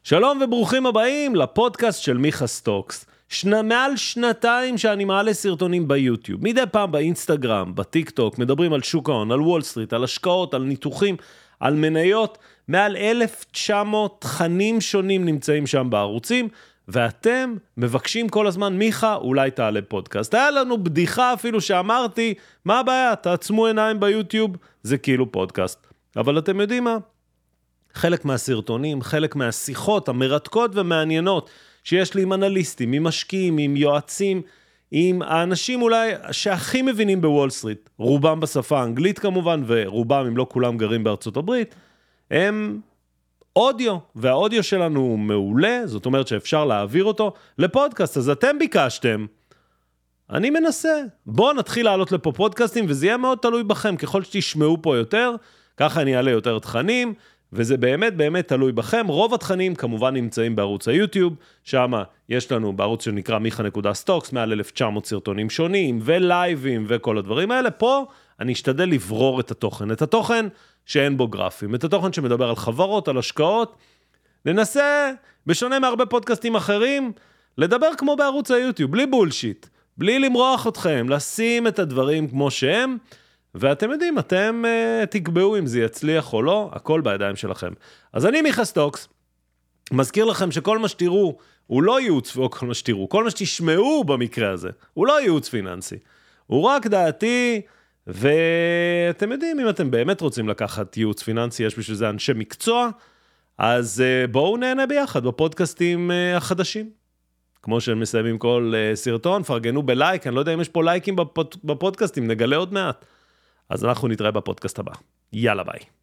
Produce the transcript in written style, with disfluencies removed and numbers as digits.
שלום וברוכים הבאים לפודקאסט של מיכה סטוקס. מעל שנתיים שאני מעלה סרטונים ביוטיוב, מדי פעם באינסטגרם, בטיק טוק, מדברים על שוק ההון, על וול סטריט, על השקעות, על ניתוחים, על מניות, מעל 1,900 תכנים שונים נמצאים שם בערוצים, ואתם מבקשים כל הזמן, מיכה, אולי תעלה פודקאסט. היה לנו בדיחה אפילו שאמרתי, מה הבעיה? תעצמו עיניים ביוטיוב, זה כאילו פודקאסט. אבל אתם יודעים מה? חלק מהסרטונים, חלק מהשיחות המרתקות ומעניינות שיש לי עם אנליסטים, עם משקיעים, עם יועצים, עם האנשים אולי שהכי מבינים בוול סטריט, רובם בשפה האנגלית כמובן, ורובם, אם לא כולם גרים בארצות הברית, הם אודיו, והאודיו שלנו הוא מעולה, זאת אומרת שאפשר להעביר אותו לפודקאסט, אז אתם ביקשתם, אני מנסה, בואו נתחיל לעלות לפה פודקאסטים, וזה יהיה מאוד תלוי בכם, ככל שתשמעו פה יותר, ככה אני אעלה יותר תכנים, וזה באמת באמת תלוי בכם. רוב התכנים כמובן נמצאים בערוץ היוטיוב, שם יש לנו בערוץ שנקרא מיכה.סטוקס, מעל 1,900 סרטונים שונים, ולייבים וכל הדברים האלה. פה אני אשתדל לברור את התוכן שאין בו גרפים, את התוכן שמדבר על חברות, על השקעות. ננסה, בשונה מהרבה פודקאסטים אחרים, לדבר כמו בערוץ היוטיוב, בלי בולשיט, בלי למרוח אתכם, לשים את הדברים כמו שהם, ואתם יודעים, אתם תקבעו אם זה יצליח או לא, הכל בידיים שלכם. אז אני מיכה סטוקס, מזכיר לכם שכל מה שתראו, הוא לא ייעוץ, או כל מה שתראו, כל מה שתשמעו במקרה הזה, הוא לא ייעוץ פיננסי. הוא רק דעתי, ואתם יודעים, אם אתם באמת רוצים לקחת ייעוץ פיננסי, יש בשביל זה אנשי מקצוע, אז בואו נהנה ביחד בפודקאסטים החדשים. כמו שהם מסיימים כל סרטון, פרגנו בלייק, אני לא יודע אם יש פה לייקים בפודקאסטים, נגלה עוד מעט. אז אנחנו נתראה בפודקאסט הבא. יאללה ביי.